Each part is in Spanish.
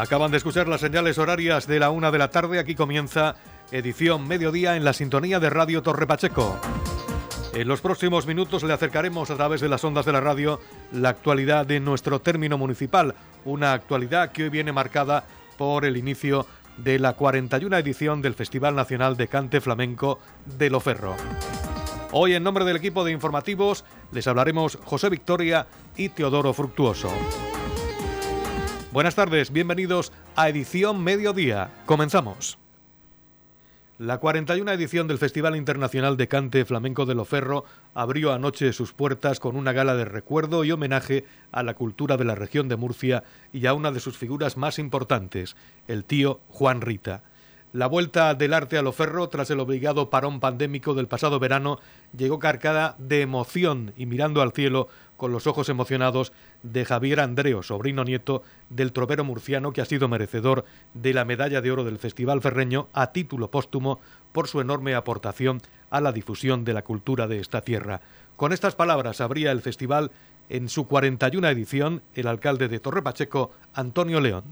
Acaban de escuchar las señales horarias de la 1 de la tarde. Aquí comienza edición mediodía en la sintonía de Radio Torre Pacheco. En los próximos minutos le acercaremos a través de las ondas de la radio la actualidad de nuestro término municipal. Una actualidad que hoy viene marcada por el inicio de la 41 edición del Festival Nacional de Cante Flamenco de Loferro. Hoy, en nombre del equipo de informativos, les hablaremos José Victoria y Teodoro Fructuoso. Buenas tardes, bienvenidos a Edición Mediodía. Comenzamos. La 41 edición del Festival Internacional de Cante Flamenco de Loferro abrió anoche sus puertas con una gala de recuerdo y homenaje a la cultura de la región de Murcia y a una de sus figuras más importantes, el tío Juan Rita. La vuelta del arte a Loferro, tras el obligado parón pandémico del pasado verano, llegó cargada de emoción y mirando al cielo con los ojos emocionados de Javier Andreo, sobrino nieto del trovero murciano que ha sido merecedor de la medalla de oro del Festival Ferreño a título póstumo por su enorme aportación a la difusión de la cultura de esta tierra. Con estas palabras abría el festival en su 41 edición el alcalde de Torre Pacheco, Antonio León.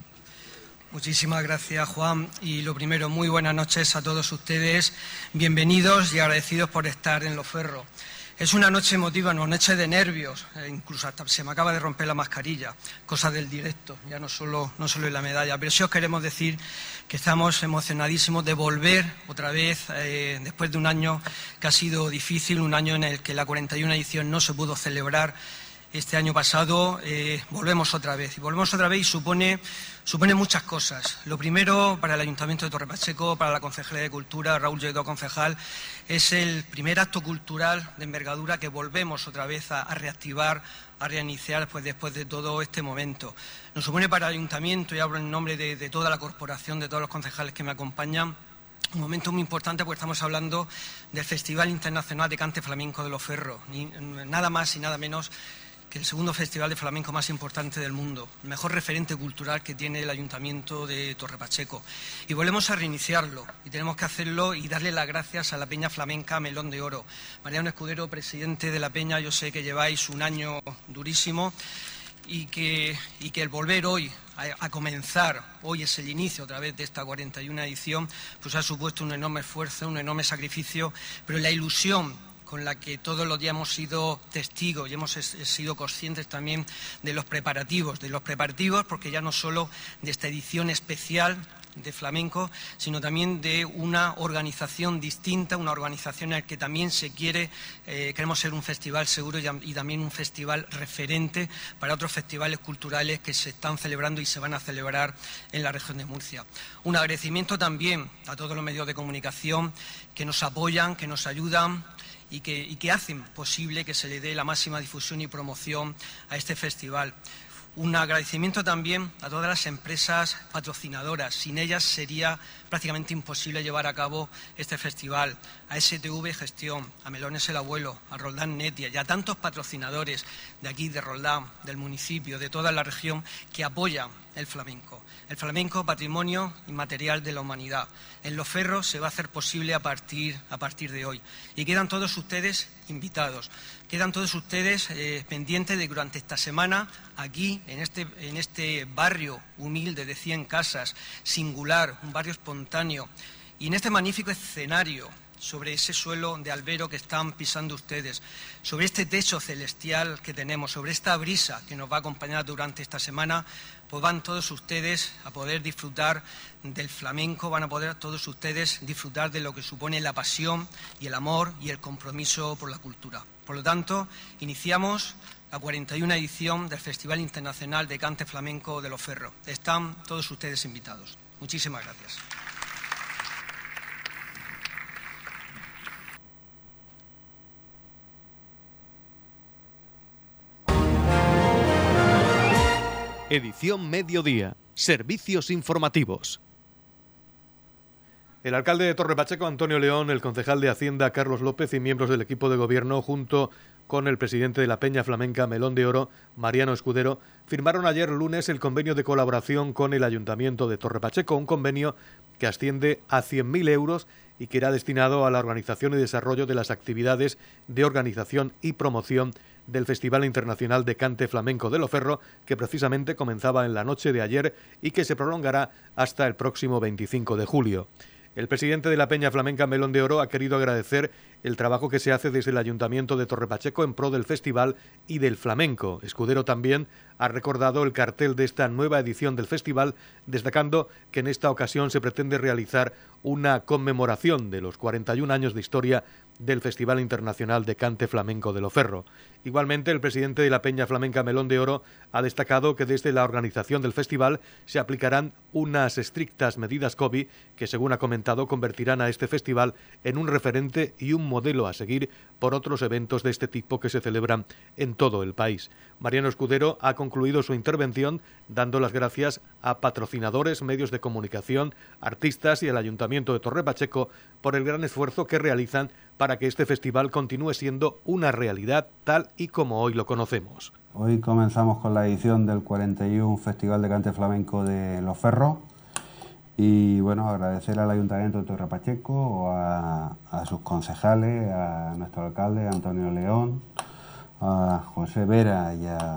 Muchísimas gracias, Juan, y lo primero, muy buenas noches a todos ustedes, bienvenidos y agradecidos por estar en Loferro. Es una noche emotiva, una noche de nervios, incluso hasta se me acaba de romper la mascarilla, cosa del directo, ya no solo en la medalla, pero sí os queremos decir que estamos emocionadísimos de volver otra vez, después de un año que ha sido difícil, un año en el que la 41 edición no se pudo celebrar. Este año pasado volvemos otra vez y supone muchas cosas. Lo primero, para el Ayuntamiento de Torre Pacheco, para la Concejalía de Cultura, Raúl Lledó, concejal, es el primer acto cultural de envergadura que volvemos otra vez a reactivar, a reiniciar después de todo este momento. Nos supone para el Ayuntamiento, y hablo en nombre de toda la corporación, de todos los concejales que me acompañan, un momento muy importante porque estamos hablando del Festival Internacional de Cante Flamenco de Loferro, nada más y nada menos que el segundo festival de flamenco más importante del mundo, el mejor referente cultural que tiene el Ayuntamiento de Torre Pacheco. Y volvemos a reiniciarlo, y tenemos que hacerlo y darle las gracias a la Peña Flamenca Melón de Oro. Mariano Escudero, presidente de la Peña, yo sé que lleváis un año durísimo y que el volver hoy a comenzar, hoy es el inicio otra vez de esta 41 edición, pues ha supuesto un enorme esfuerzo, un enorme sacrificio, pero la ilusión con la que todos los días hemos sido testigos y hemos sido conscientes también de los preparativos, porque ya no solo de esta edición especial de flamenco, sino también de una organización distinta, una organización en la que también queremos ser un festival seguro y también un festival referente para otros festivales culturales que se están celebrando y se van a celebrar en la región de Murcia. Un agradecimiento también a todos los medios de comunicación que nos apoyan, que nos ayudan y que hacen posible que se le dé la máxima difusión y promoción a este festival. Un agradecimiento también a todas las empresas patrocinadoras. Sin ellas sería prácticamente imposible llevar a cabo este festival. A STV Gestión, a Melones el Abuelo, a Roldán Netia y a tantos patrocinadores de aquí, de Roldán, del municipio, de toda la región, que apoyan el flamenco. El flamenco, patrimonio inmaterial de la humanidad. En Loferro se va a hacer posible a partir de hoy. Y quedan todos ustedes invitados. Quedan todos ustedes pendientes de que durante esta semana, aquí, en este barrio humilde de 100 casas, singular, un barrio espontáneo, y en este magnífico escenario, sobre ese suelo de albero que están pisando ustedes, sobre este techo celestial que tenemos, sobre esta brisa que nos va a acompañar durante esta semana, pues van todos ustedes a poder disfrutar del flamenco, van a poder todos ustedes disfrutar de lo que supone la pasión y el amor y el compromiso por la cultura. Por lo tanto, iniciamos la 41 edición del Festival Internacional de Cante Flamenco de Loferro. Están todos ustedes invitados. Muchísimas gracias. Edición Mediodía. Servicios informativos. El alcalde de Torre Pacheco, Antonio León, el concejal de Hacienda, Carlos López, y miembros del equipo de gobierno, junto con el presidente de la Peña Flamenca Melón de Oro, Mariano Escudero, firmaron ayer lunes el convenio de colaboración con el Ayuntamiento de Torre Pacheco, un convenio que asciende a 100.000 euros y que irá destinado a la organización y desarrollo de las actividades de organización y promoción del Festival Internacional de Cante Flamenco de Loferro, que precisamente comenzaba en la noche de ayer y que se prolongará hasta el próximo 25 de julio. El presidente de la Peña Flamenca Melón de Oro ha querido agradecer el trabajo que se hace desde el Ayuntamiento de Torre Pacheco en pro del festival y del flamenco. Escudero también ha recordado el cartel de esta nueva edición del festival, destacando que en esta ocasión se pretende realizar una conmemoración de los 41 años de historia del Festival Internacional de Cante Flamenco de Loferro. Igualmente, el presidente de la Peña Flamenca Melón de Oro ha destacado que desde la organización del festival se aplicarán unas estrictas medidas COVID que, según ha comentado, convertirán a este festival en un referente y un modelo a seguir por otros eventos de este tipo que se celebran en todo el país. Mariano Escudero ha concluido su intervención dando las gracias a patrocinadores, medios de comunicación, artistas y al Ayuntamiento de Torre Pacheco por el gran esfuerzo que realizan para que este festival continúe siendo una realidad tal y como hoy lo conocemos. Hoy comenzamos con la edición del 41 Festival de Cante Flamenco de Loferro y bueno, agradecer al Ayuntamiento de Torre Pacheco, a sus concejales, a nuestro alcalde Antonio León, a José Vera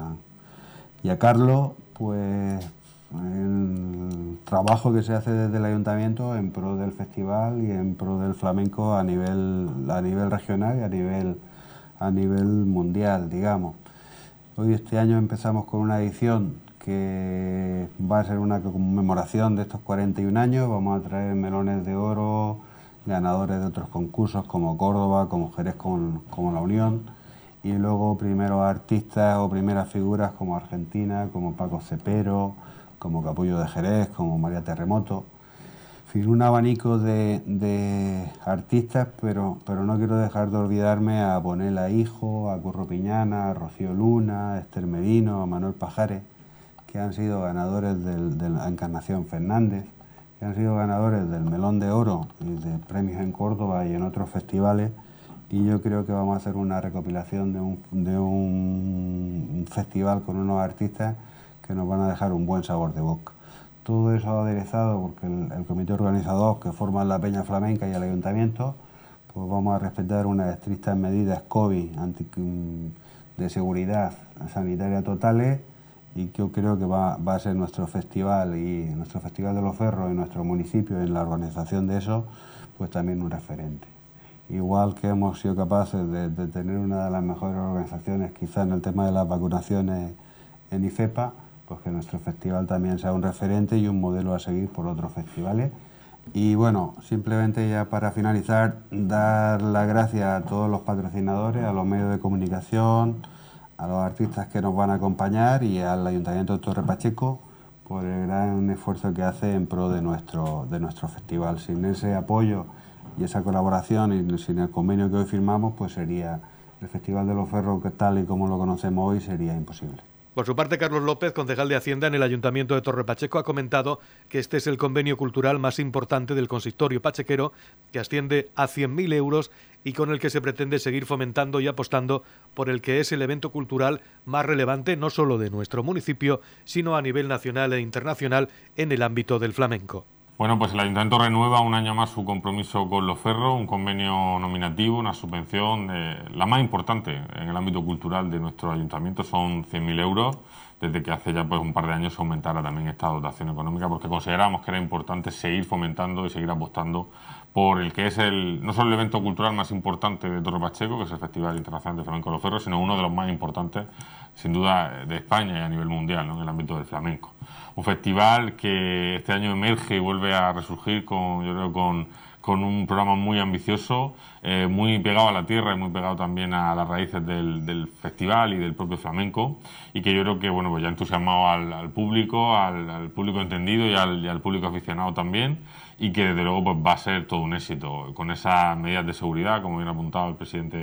y a Carlos, pues el trabajo que se hace desde el Ayuntamiento en pro del festival y en pro del flamenco a nivel regional y a nivel mundial, digamos. Hoy este año empezamos con una edición que va a ser una conmemoración de estos 41 años. Vamos a traer melones de oro, ganadores de otros concursos como Córdoba, como Jerez, como La Unión, y luego primeros artistas o primeras figuras como Argentina, como Paco Cepero, como Capullo de Jerez, como María Terremoto. En fin, un abanico de artistas, pero no quiero dejar de olvidarme a Bonela Hijo, a Curro Piñana, a Rocío Luna, a Esther Medino, a Manuel Pajares, que han sido ganadores de la Encarnación Fernández, que han sido ganadores del Melón de Oro y de premios en Córdoba y en otros festivales, y yo creo que vamos a hacer una recopilación de un festival con unos artistas que nos van a dejar un buen sabor de boca. Todo eso aderezado porque el comité organizador que forma la Peña Flamenca y el Ayuntamiento, pues vamos a respetar unas estrictas medidas COVID de seguridad sanitaria totales, y que yo creo que va a ser nuestro festival y nuestro Festival de Loferro y nuestro municipio en la organización de eso, pues también un referente. Igual que hemos sido capaces de tener una de las mejores organizaciones quizá en el tema de las vacunaciones en IFEPA, pues que nuestro festival también sea un referente y un modelo a seguir por otros festivales. Y bueno, simplemente ya para finalizar, dar las gracias a todos los patrocinadores, a los medios de comunicación, a los artistas que nos van a acompañar y al Ayuntamiento de Torre Pacheco por el gran esfuerzo que hace en pro de nuestro festival. Sin ese apoyo y esa colaboración y sin el convenio que hoy firmamos, pues sería el Festival de Loferro, que tal y como lo conocemos hoy, sería imposible. Por su parte, Carlos López, concejal de Hacienda en el Ayuntamiento de Torre Pacheco, ha comentado que este es el convenio cultural más importante del consistorio pachequero, que asciende a 100.000 euros y con el que se pretende seguir fomentando y apostando por el que es el evento cultural más relevante no solo de nuestro municipio, sino a nivel nacional e internacional en el ámbito del flamenco. Bueno, pues el Ayuntamiento renueva un año más su compromiso con Loferro, un convenio nominativo, una subvención, la más importante en el ámbito cultural de nuestro ayuntamiento, son 100.000 euros, desde que hace ya pues un par de años se aumentara también esta dotación económica, porque consideramos que era importante seguir fomentando y seguir apostando por el que es no solo el evento cultural más importante de Torre Pacheco, que es el Festival Internacional de Flamenco de Loferro, sino uno de los más importantes, sin duda, de España y a nivel mundial, ¿no?, en el ámbito del flamenco. Un festival que este año emerge y vuelve a resurgir con un programa muy ambicioso, muy pegado a la tierra y muy pegado también a las raíces del festival y del propio flamenco, y que yo creo que bueno, pues ya ha entusiasmado al público entendido y al público aficionado también, y que desde luego pues va a ser todo un éxito, con esas medidas de seguridad, como bien ha apuntado el presidente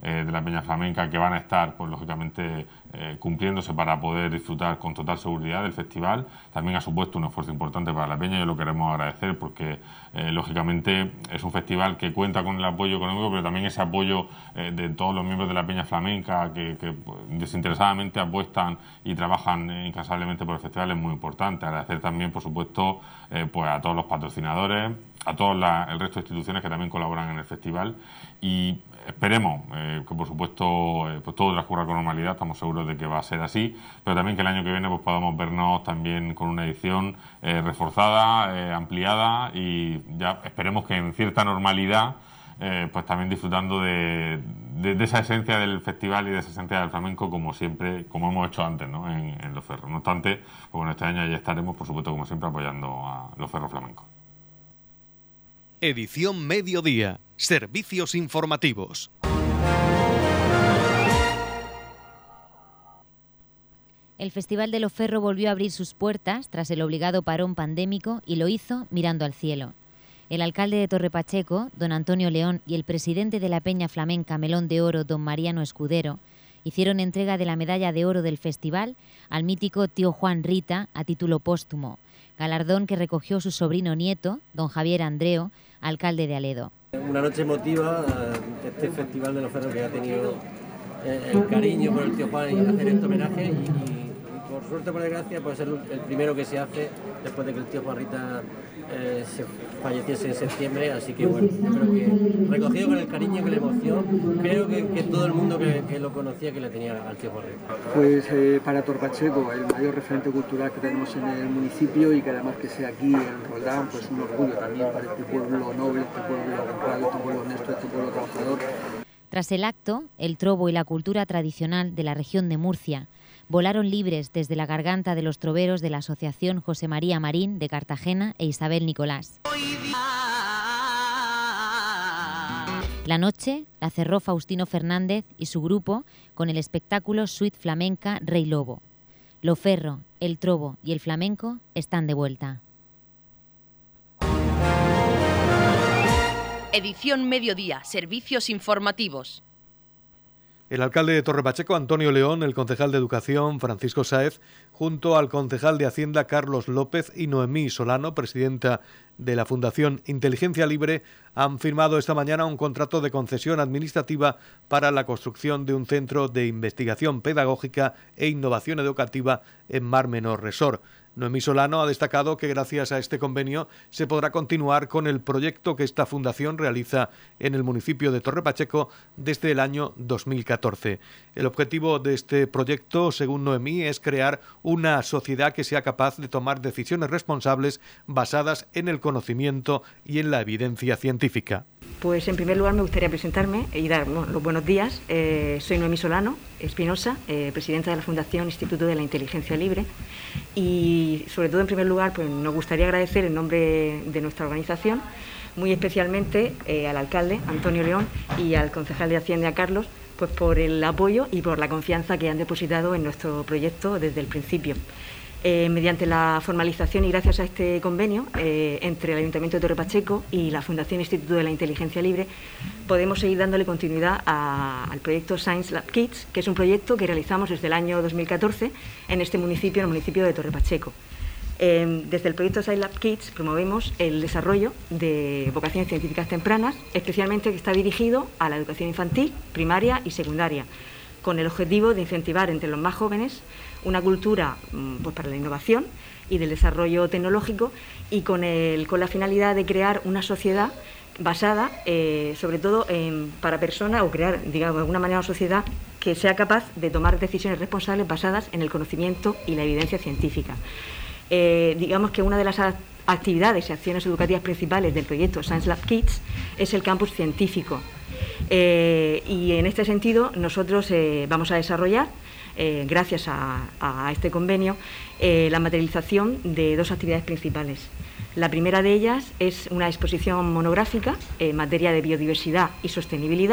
de la Peña Flamenca, que van a estar, pues lógicamente, cumpliéndose para poder disfrutar con total seguridad del festival. También ha supuesto un esfuerzo importante para la Peña y lo queremos agradecer porque, lógicamente, es un festival que cuenta con el apoyo económico, pero también ese apoyo de todos los miembros de la Peña Flamenca que desinteresadamente apuestan y trabajan incansablemente por el festival es muy importante. Agradecer también, por supuesto, pues a todos los patrocinadores, a todo el resto de instituciones que también colaboran en el festival, y esperemos que, por supuesto, pues todo transcurra con normalidad. Estamos seguros de que va a ser así, pero también que el año que viene pues podamos vernos también con una edición reforzada, ampliada, y ya esperemos que en cierta normalidad, pues también disfrutando de esa esencia del festival y de esa esencia del flamenco, como siempre, como hemos hecho antes, ¿no? en Los Ferros. No obstante, pues bueno, este año ya estaremos, por supuesto, como siempre, apoyando a Los Ferros Flamencos. Edición Mediodía. Servicios informativos. El Festival de Los Ferros volvió a abrir sus puertas tras el obligado parón pandémico y lo hizo mirando al cielo. El alcalde de Torre Pacheco, don Antonio León, y el presidente de la Peña Flamenca Melón de Oro, don Mariano Escudero, hicieron entrega de la medalla de oro del festival al mítico tío Juan Rita a título póstumo, galardón que recogió su sobrino nieto, don Javier Andreo, alcalde de Aledo. Una noche emotiva, este Festival de Los Ferros, que ha tenido el cariño por el tío Juan y hacer este homenaje, y por suerte, por desgracia, puede ser el primero que se hace después de que el tío Juan Rita se falleciese en septiembre, así que bueno, yo creo que recogido con el cariño y con la emoción, creo que todo el mundo que lo conocía, que le tenía al tío Juan Rita. Pues para Torre Pacheco, el mayor referente cultural que tenemos en el municipio, y que además que sea aquí en Roldán, pues un orgullo también para este pueblo noble, este pueblo honrado, este pueblo honesto, este pueblo trabajador. Tras el acto, el trobo y la cultura tradicional de la región de Murcia volaron libres desde la garganta de los troveros de la Asociación José María Marín de Cartagena e Isabel Nicolás. La noche la cerró Faustino Fernández y su grupo con el espectáculo Suite Flamenca Rey Lobo. Lo Ferro, el trobo y el flamenco están de vuelta. Edición Mediodía, servicios informativos. El alcalde de Torre Pacheco, Antonio León, el concejal de Educación, Francisco Sáez, junto al concejal de Hacienda, Carlos López, y Noemí Solano, presidenta de la Fundación Inteligencia Libre, han firmado esta mañana un contrato de concesión administrativa para la construcción de un centro de investigación pedagógica e innovación educativa en Mar Menor Resort. Noemí Solano ha destacado que gracias a este convenio se podrá continuar con el proyecto que esta fundación realiza en el municipio de Torre Pacheco desde el año 2014. El objetivo de este proyecto, según Noemí, es crear una sociedad que sea capaz de tomar decisiones responsables basadas en el conocimiento y en la evidencia científica. Pues en primer lugar me gustaría presentarme y dar los buenos días. Soy Noemí Solano Espinosa, presidenta de la Fundación Instituto de la Inteligencia Libre, y sobre todo en primer lugar pues nos gustaría agradecer en nombre de nuestra organización muy especialmente al alcalde Antonio León y al concejal de Hacienda Carlos pues por el apoyo y por la confianza que han depositado en nuestro proyecto desde el principio. Mediante la formalización y gracias a este convenio entre el Ayuntamiento de Torre Pacheco y la Fundación Instituto de la Inteligencia Libre, podemos seguir dándole continuidad al proyecto Science Lab Kids, que es un proyecto que realizamos desde el año 2014 en este municipio, en el municipio de Torre Pacheco. Desde el proyecto Science Lab Kids promovemos el desarrollo de vocaciones científicas tempranas, especialmente que está dirigido a la educación infantil, primaria y secundaria, con el objetivo de incentivar entre los más jóvenes una cultura pues, para la innovación y del desarrollo tecnológico, y con la finalidad de crear una sociedad basada sobre todo para personas, o crear, digamos, de alguna manera una sociedad que sea capaz de tomar decisiones responsables basadas en el conocimiento y la evidencia científica. Digamos que una de las actividades y acciones educativas principales del proyecto Science Lab Kids es el campus científico. Y en este sentido nosotros vamos a desarrollar, gracias a este convenio, la materialización de dos actividades principales. La primera de ellas es una exposición monográfica en materia de biodiversidad y sostenibilidad,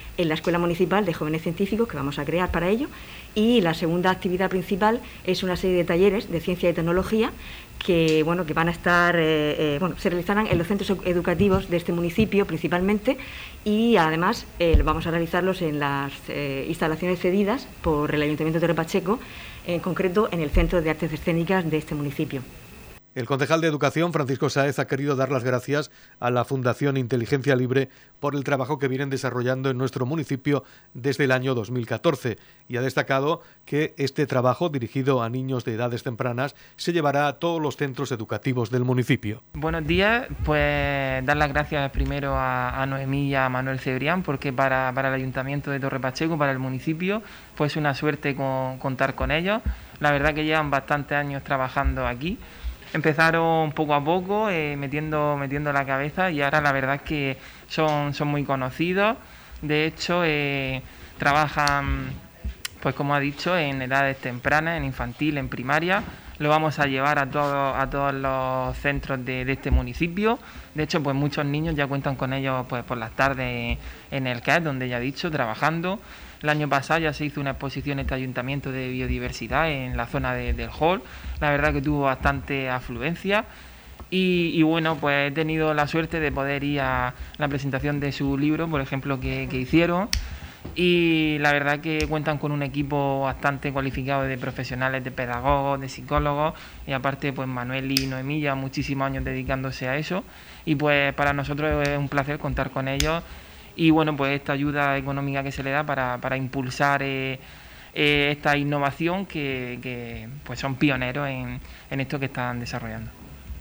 en la Escuela Municipal de Jóvenes Científicos que vamos a crear para ello. Y la segunda actividad principal es una serie de talleres de ciencia y tecnología que van a estar, se realizarán en los centros educativos de este municipio principalmente, y además vamos a realizarlos en las instalaciones cedidas por el Ayuntamiento de Torre Pacheco, en concreto en el Centro de Artes Escénicas de este municipio. El concejal de Educación, Francisco Sáez, ha querido dar las gracias a la Fundación Inteligencia Libre por el trabajo que vienen desarrollando en nuestro municipio desde el año 2014 y ha destacado que este trabajo, dirigido a niños de edades tempranas, se llevará a todos los centros educativos del municipio. Buenos días, pues dar las gracias primero a Noemí y a Manuel Cebrián, porque para el Ayuntamiento de Torre Pacheco, para el municipio, pues una suerte contar con ellos. La verdad que llevan bastantes años trabajando aquí. Empezaron poco a poco, metiendo la cabeza, y ahora la verdad es que son muy conocidos. De hecho, trabajan, pues como ha dicho, en edades tempranas, en infantil, en primaria. Lo vamos a llevar a todos los centros de este municipio. De hecho, pues muchos niños ya cuentan con ellos pues por las tardes en el CAES, donde ya he dicho, trabajando. El año pasado ya se hizo una exposición en este ayuntamiento de biodiversidad en la zona del hall. La verdad que tuvo bastante afluencia. Y bueno, pues he tenido la suerte de poder ir a la presentación de su libro, por ejemplo, que hicieron. Y la verdad que cuentan con un equipo bastante cualificado de profesionales, de pedagogos, de psicólogos, y aparte pues Manuel y Noemí ya muchísimos años dedicándose a eso, y pues para nosotros es un placer contar con ellos, y bueno, pues esta ayuda económica que se le da para impulsar esta innovación que pues son pioneros en esto que están desarrollando.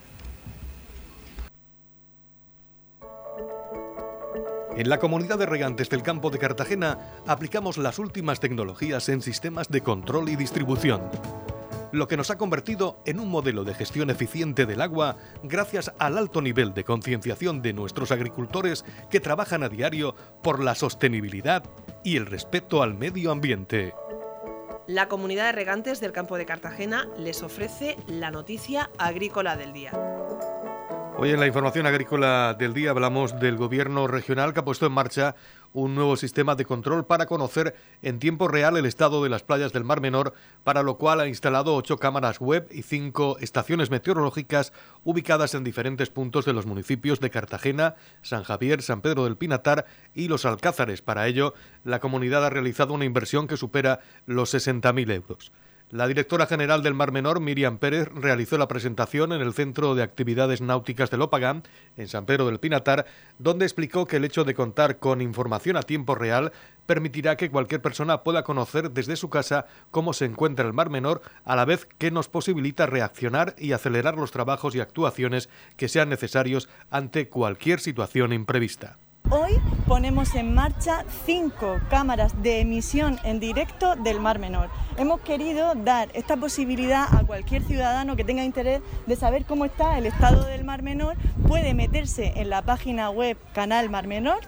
En la comunidad de regantes del campo de Cartagena aplicamos las últimas tecnologías en sistemas de control y distribución, lo que nos ha convertido en un modelo de gestión eficiente del agua gracias al alto nivel de concienciación de nuestros agricultores que trabajan a diario por la sostenibilidad y el respeto al medio ambiente. La comunidad de regantes del campo de Cartagena les ofrece la noticia agrícola del día. Hoy en la información agrícola del día hablamos del gobierno regional que ha puesto en marcha un nuevo sistema de control para conocer en tiempo real el estado de las playas del Mar Menor, para lo cual ha instalado 8 cámaras web y 5 estaciones meteorológicas ubicadas en diferentes puntos de los municipios de Cartagena, San Javier, San Pedro del Pinatar y Los Alcázares. Para ello, la comunidad ha realizado una inversión que supera los 60.000 euros. La directora general del Mar Menor, Miriam Pérez, realizó la presentación en el Centro de Actividades Náuticas de Lopagán, en San Pedro del Pinatar, donde explicó que el hecho de contar con información a tiempo real permitirá que cualquier persona pueda conocer desde su casa cómo se encuentra el Mar Menor, a la vez que nos posibilita reaccionar y acelerar los trabajos y actuaciones que sean necesarios ante cualquier situación imprevista. Hoy ponemos en marcha 5 cámaras de emisión en directo del Mar Menor. Hemos querido dar esta posibilidad a cualquier ciudadano que tenga interés de saber cómo está el estado del Mar Menor. Puede meterse en la página web Canal Mar Menor,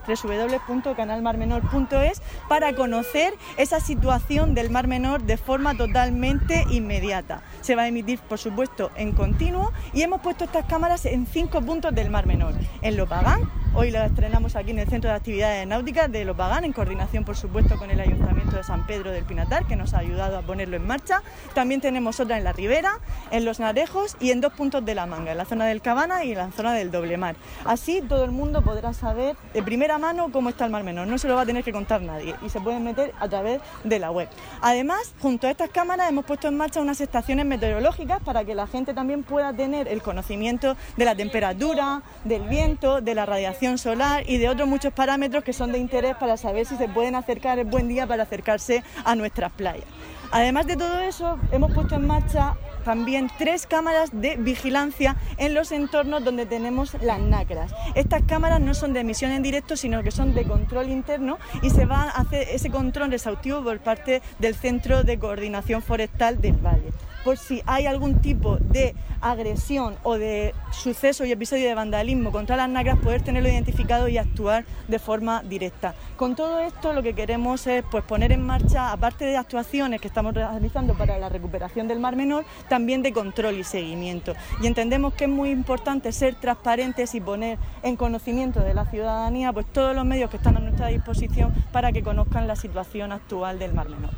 www.canalmarmenor.es, para conocer esa situación del Mar Menor de forma totalmente inmediata. Se va a emitir, por supuesto, en continuo, y hemos puesto estas cámaras en 5 puntos del Mar Menor. En Lopagán, hoy las estrenamos aquí en el Centro de Actividades Náuticas de Lopagán, en coordinación, por supuesto, con el Ayuntamiento de San Pedro del Pinatar, que nos ha ayudado a ponerlo en marcha. También tenemos otra en la Ribera, en Los Narejos y en 2 puntos de La Manga, en la zona del Cabana y en la zona del Doble Mar. Así todo el mundo podrá saber de primera mano cómo está el Mar Menor, no se lo va a tener que contar nadie, y se pueden meter a través de la web. Además, junto a estas cámaras hemos puesto en marcha unas estaciones meteorológicas para que la gente también pueda tener el conocimiento de la temperatura, del viento, de la radiación solar y de otros muchos parámetros que son de interés para saber si se pueden acercar, es buen día para acercarse a nuestras playas. Además de todo eso, hemos puesto en marcha también 3 cámaras de vigilancia en los entornos donde tenemos las nácaras. Estas cámaras no son de emisión en directo, sino que son de control interno, y se va a hacer ese control exhaustivo por parte del Centro de Coordinación Forestal del Valle. por si hay algún tipo de agresión o de suceso y episodio de vandalismo contra las nacras, poder tenerlo identificado y actuar de forma directa. Con todo esto lo que queremos es pues poner en marcha, aparte de actuaciones que estamos realizando para la recuperación del Mar Menor, también de control y seguimiento. Y entendemos que es muy importante ser transparentes y poner en conocimiento de la ciudadanía pues todos los medios que están a nuestra disposición para que conozcan la situación actual del Mar Menor.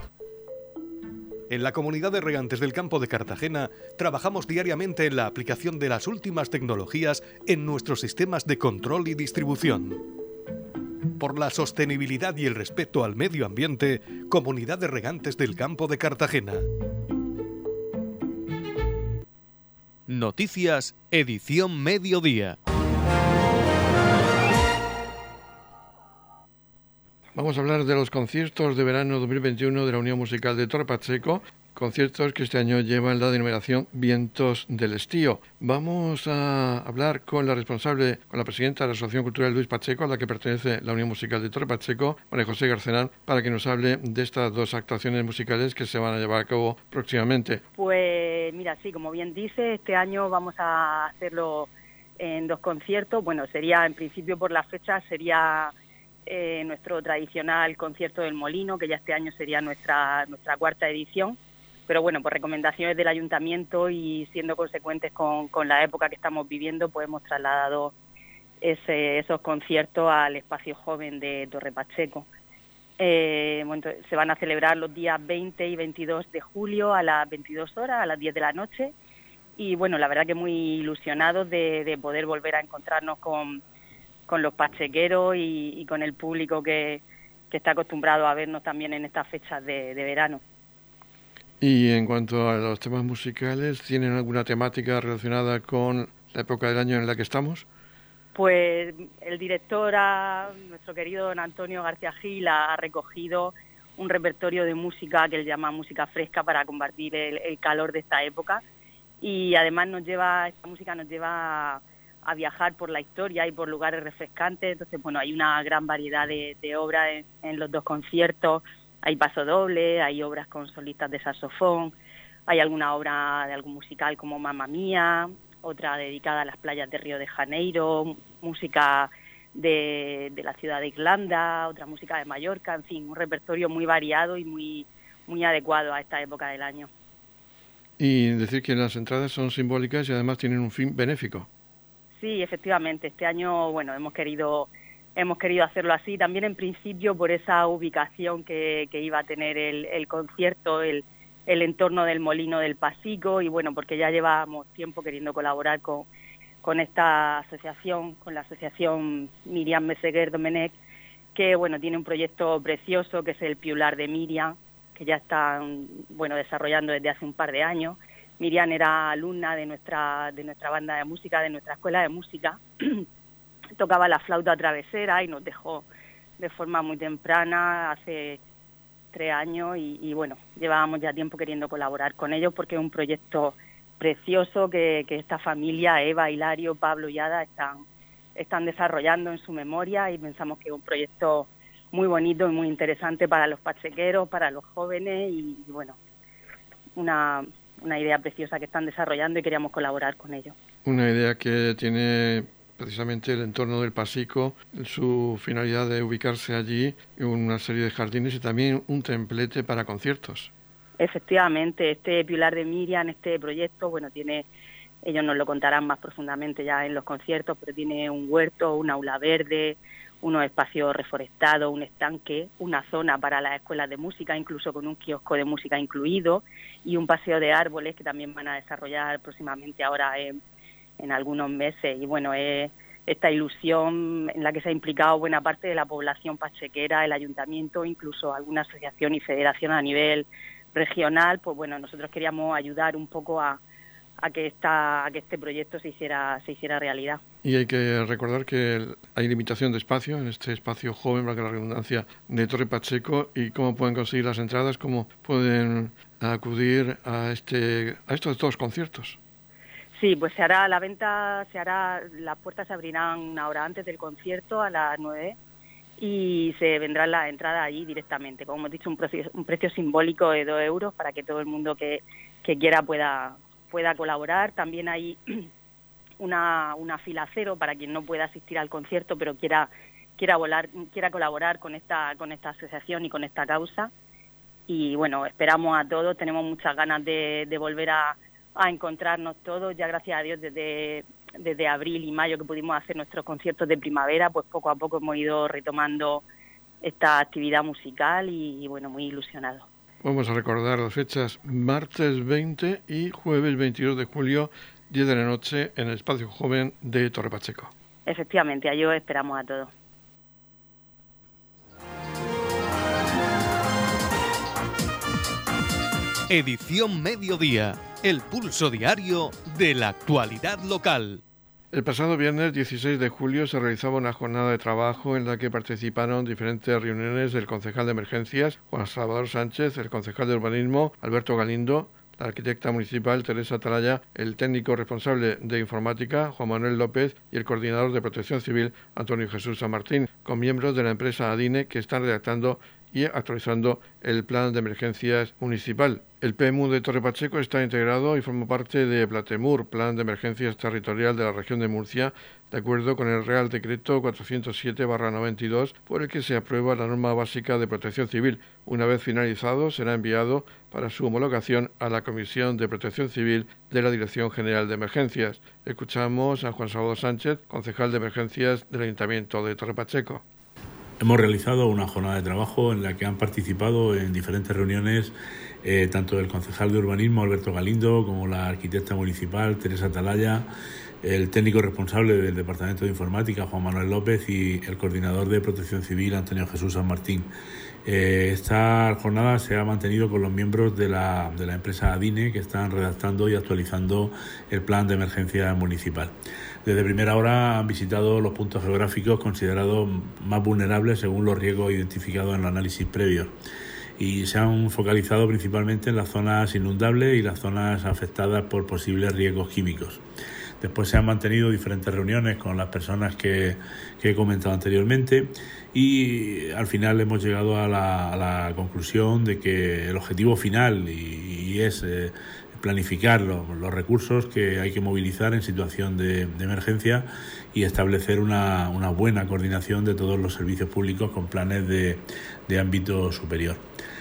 En la comunidad de regantes del campo de Cartagena trabajamos diariamente en la aplicación de las últimas tecnologías en nuestros sistemas de control y distribución. Por la sostenibilidad y el respeto al medio ambiente, Comunidad de Regantes del Campo de Cartagena. Noticias, edición mediodía. Vamos a hablar de los conciertos de verano 2021 de la Unión Musical de Torre Pacheco, conciertos que este año llevan la denominación Vientos del Estío. Vamos a hablar con la responsable, con la presidenta de la Asociación Cultural Luis Pacheco, a la que pertenece la Unión Musical de Torre Pacheco, María José Garcenal, para que nos hable de estas dos actuaciones musicales que se van a llevar a cabo próximamente. Pues mira, sí, como bien dice, este año vamos a hacerlo en dos conciertos. Bueno, sería en principio por la fecha, sería nuestro tradicional concierto del Molino, que ya este año sería nuestra cuarta edición, pero bueno, por recomendaciones del ayuntamiento y siendo consecuentes con la época que estamos viviendo, pues hemos trasladado esos conciertos al espacio joven de Torre Pacheco. Bueno, se van a celebrar los días 20 y 22 de julio a las 22 horas, a las 10 de la noche, y bueno, la verdad que muy ilusionados de poder volver a encontrarnos con los pachequeros y con el público que está acostumbrado a vernos también en estas fechas de verano. Y en cuanto a los temas musicales, ¿tienen alguna temática relacionada con la época del año en la que estamos? Pues el director, nuestro querido don Antonio García Gil, ha recogido un repertorio de música que él llama música fresca para combatir el calor de esta época, y además esta música nos lleva a viajar por la historia y por lugares refrescantes. Entonces, bueno, hay una gran variedad de obras en los dos conciertos. Hay pasodoble, hay obras con solistas de saxofón, hay alguna obra de algún musical como Mamma Mía, otra dedicada a las playas de Río de Janeiro, música de la ciudad de Irlanda, otra música de Mallorca, en fin, un repertorio muy variado y muy adecuado a esta época del año. Y decir que las entradas son simbólicas y además tienen un fin benéfico. Sí, efectivamente, este año, bueno, hemos querido hacerlo así, también en principio por esa ubicación que iba a tener el concierto, el entorno del Molino del Pasico, y bueno, porque ya llevábamos tiempo queriendo colaborar con esta asociación, con la asociación Miriam Meseguer Domenech, que bueno, tiene un proyecto precioso que es el Piular de Miriam, que ya están desarrollando desde hace un par de años. Miriam era alumna de nuestra banda de música, de nuestra escuela de música, tocaba la flauta travesera y nos dejó de forma muy temprana, hace 3 años, y bueno, llevábamos ya tiempo queriendo colaborar con ellos porque es un proyecto precioso que esta familia, Eva, Hilario, Pablo y Ada, están desarrollando en su memoria, y pensamos que es un proyecto muy bonito y muy interesante para los pachequeros, para los jóvenes, y bueno, una idea preciosa que están desarrollando y queríamos colaborar con ellos. Una idea que tiene precisamente el entorno del Pasico, su finalidad de ubicarse allí, una serie de jardines y también un templete para conciertos. Efectivamente, este Piular de Miriam, este proyecto, bueno, ellos nos lo contarán más profundamente ya en los conciertos, pero tiene un huerto, un aula verde, unos espacios reforestados, un estanque, una zona para las escuelas de música, incluso con un kiosco de música incluido, y un paseo de árboles que también van a desarrollar próximamente ahora en algunos meses. Y bueno, es esta ilusión en la que se ha implicado buena parte de la población pachequera, el ayuntamiento, incluso alguna asociación y federación a nivel regional. Pues bueno, nosotros queríamos ayudar un poco a que este proyecto se hiciera realidad. Y hay que recordar que hay limitación de espacio en este espacio joven, para que la redundancia, de Torre Pacheco. ¿Y cómo pueden conseguir las entradas? ¿Cómo pueden acudir a estos dos conciertos? Sí, pues las puertas se abrirán una hora antes del concierto, a las 9, y se vendrán las entradas allí directamente. Como hemos dicho, un precio simbólico de 2 euros para que todo el mundo que quiera pueda colaborar. También hay una fila cero para quien no pueda asistir al concierto, pero quiera colaborar con esta asociación y con esta causa. Y bueno, esperamos a todos, tenemos muchas ganas de volver a encontrarnos todos. Ya gracias a Dios desde abril y mayo que pudimos hacer nuestros conciertos de primavera, pues poco a poco hemos ido retomando esta actividad musical y bueno, muy ilusionados. Vamos a recordar las fechas: martes 20 y jueves 22 de julio, 10 de la noche, en el Espacio Joven de Torre Pacheco. Efectivamente, ahí os esperamos a todos. Edición Mediodía, el pulso diario de la actualidad local. El pasado viernes 16 de julio se realizaba una jornada de trabajo en la que participaron diferentes reuniones del concejal de Emergencias, Juan Salvador Sánchez, el concejal de Urbanismo, Alberto Galindo, la arquitecta municipal, Teresa Atalaya, el técnico responsable de Informática, Juan Manuel López, y el coordinador de Protección Civil, Antonio Jesús San Martín, con miembros de la empresa ADINE que están redactando y actualizando el plan de emergencias municipal. El PMU de Torre Pacheco está integrado y forma parte de Platemur, Plan de Emergencias Territorial de la Región de Murcia, de acuerdo con el Real Decreto 407/92, por el que se aprueba la norma básica de protección civil. Una vez finalizado, será enviado para su homologación a la Comisión de Protección Civil de la Dirección General de Emergencias. Escuchamos a Juan Salvador Sánchez, concejal de Emergencias del Ayuntamiento de Torre Pacheco. Hemos realizado una jornada de trabajo en la que han participado en diferentes reuniones tanto el concejal de Urbanismo, Alberto Galindo, como la arquitecta municipal, Teresa Atalaya, el técnico responsable del Departamento de Informática, Juan Manuel López, y el coordinador de Protección Civil, Antonio Jesús San Martín. Esta jornada se ha mantenido con los miembros de la empresa ADINE, que están redactando y actualizando el plan de emergencia municipal. Desde primera hora han visitado los puntos geográficos considerados más vulnerables según los riesgos identificados en los análisis previos, y se han focalizado principalmente en las zonas inundables y las zonas afectadas por posibles riesgos químicos. Después se han mantenido diferentes reuniones con las personas que he comentado anteriormente, y al final hemos llegado a la conclusión de que el objetivo final y es planificar los recursos que hay que movilizar en situación de emergencia y establecer una buena coordinación de todos los servicios públicos con planes de ámbito superior.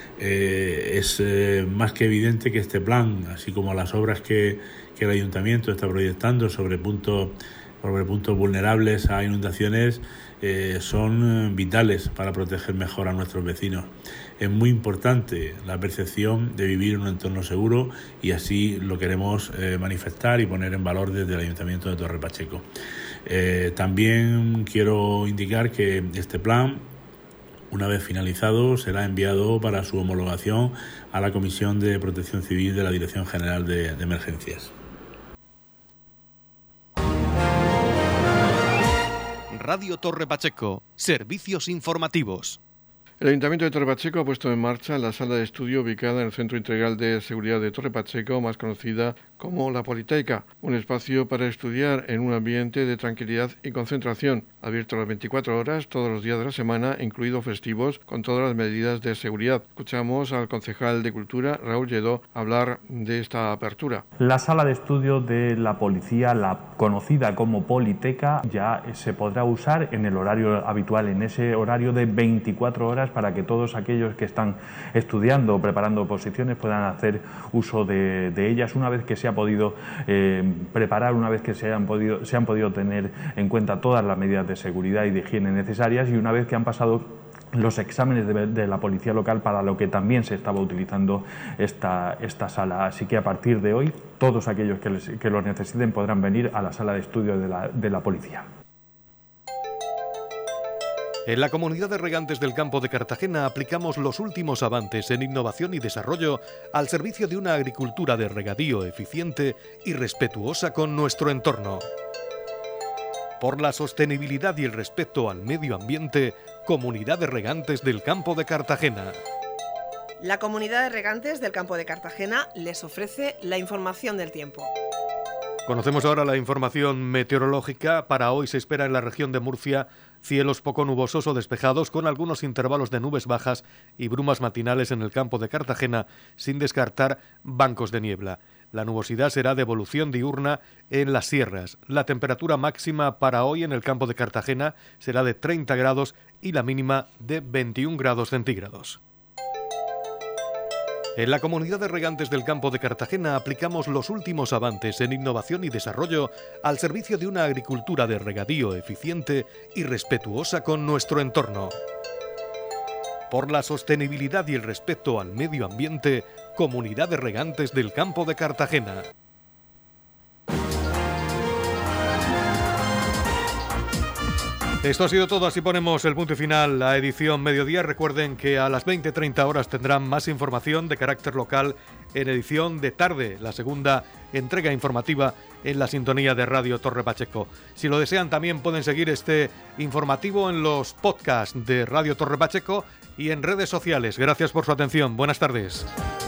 Es más que evidente que este plan, así como las obras que el Ayuntamiento está proyectando sobre puntos vulnerables a inundaciones, son vitales para proteger mejor a nuestros vecinos. Es muy importante la percepción de vivir en un entorno seguro, y así lo queremos manifestar y poner en valor desde el Ayuntamiento de Torre Pacheco. También quiero indicar que este plan, una vez finalizado, será enviado para su homologación a la Comisión de Protección Civil de la Dirección General de Emergencias. Radio Torre Pacheco, servicios informativos. El Ayuntamiento de Torre Pacheco ha puesto en marcha la sala de estudio ubicada en el Centro Integral de Seguridad de Torre Pacheco, más conocida como la Politeca, un espacio para estudiar en un ambiente de tranquilidad y concentración, abierto a las 24 horas todos los días de la semana, incluidos festivos, con todas las medidas de seguridad. Escuchamos al concejal de Cultura, Raúl Lledó, hablar de esta apertura. La sala de estudio de la policía, la conocida como Politeca, ya se podrá usar en el horario habitual, en ese horario de 24 horas, para que todos aquellos que están estudiando o preparando oposiciones puedan hacer uso de ellas una vez que se ha podido preparar, una vez que se han podido tener en cuenta todas las medidas de seguridad y de higiene necesarias, y una vez que han pasado los exámenes de la policía local, para lo que también se estaba utilizando esta sala. Así que a partir de hoy todos aquellos que lo necesiten podrán venir a la sala de estudio de la policía. En la Comunidad de Regantes del Campo de Cartagena aplicamos los últimos avances en innovación y desarrollo al servicio de una agricultura de regadío eficiente y respetuosa con nuestro entorno. Por la sostenibilidad y el respeto al medio ambiente, Comunidad de Regantes del Campo de Cartagena. La Comunidad de Regantes del Campo de Cartagena les ofrece la información del tiempo. Conocemos ahora la información meteorológica. Para hoy se espera en la región de Murcia cielos poco nubosos o despejados, con algunos intervalos de nubes bajas y brumas matinales en el campo de Cartagena, sin descartar bancos de niebla. La nubosidad será de evolución diurna en las sierras. La temperatura máxima para hoy en el campo de Cartagena será de 30 grados y la mínima de 21 grados centígrados. En la Comunidad de Regantes del Campo de Cartagena aplicamos los últimos avances en innovación y desarrollo al servicio de una agricultura de regadío eficiente y respetuosa con nuestro entorno. Por la sostenibilidad y el respeto al medio ambiente, Comunidad de Regantes del Campo de Cartagena. Esto ha sido todo, así ponemos el punto final a edición mediodía. Recuerden que a las 20:30 horas tendrán más información de carácter local en edición de tarde, la segunda entrega informativa en la sintonía de Radio Torre Pacheco. Si lo desean, también pueden seguir este informativo en los podcasts de Radio Torre Pacheco y en redes sociales. Gracias por su atención. Buenas tardes.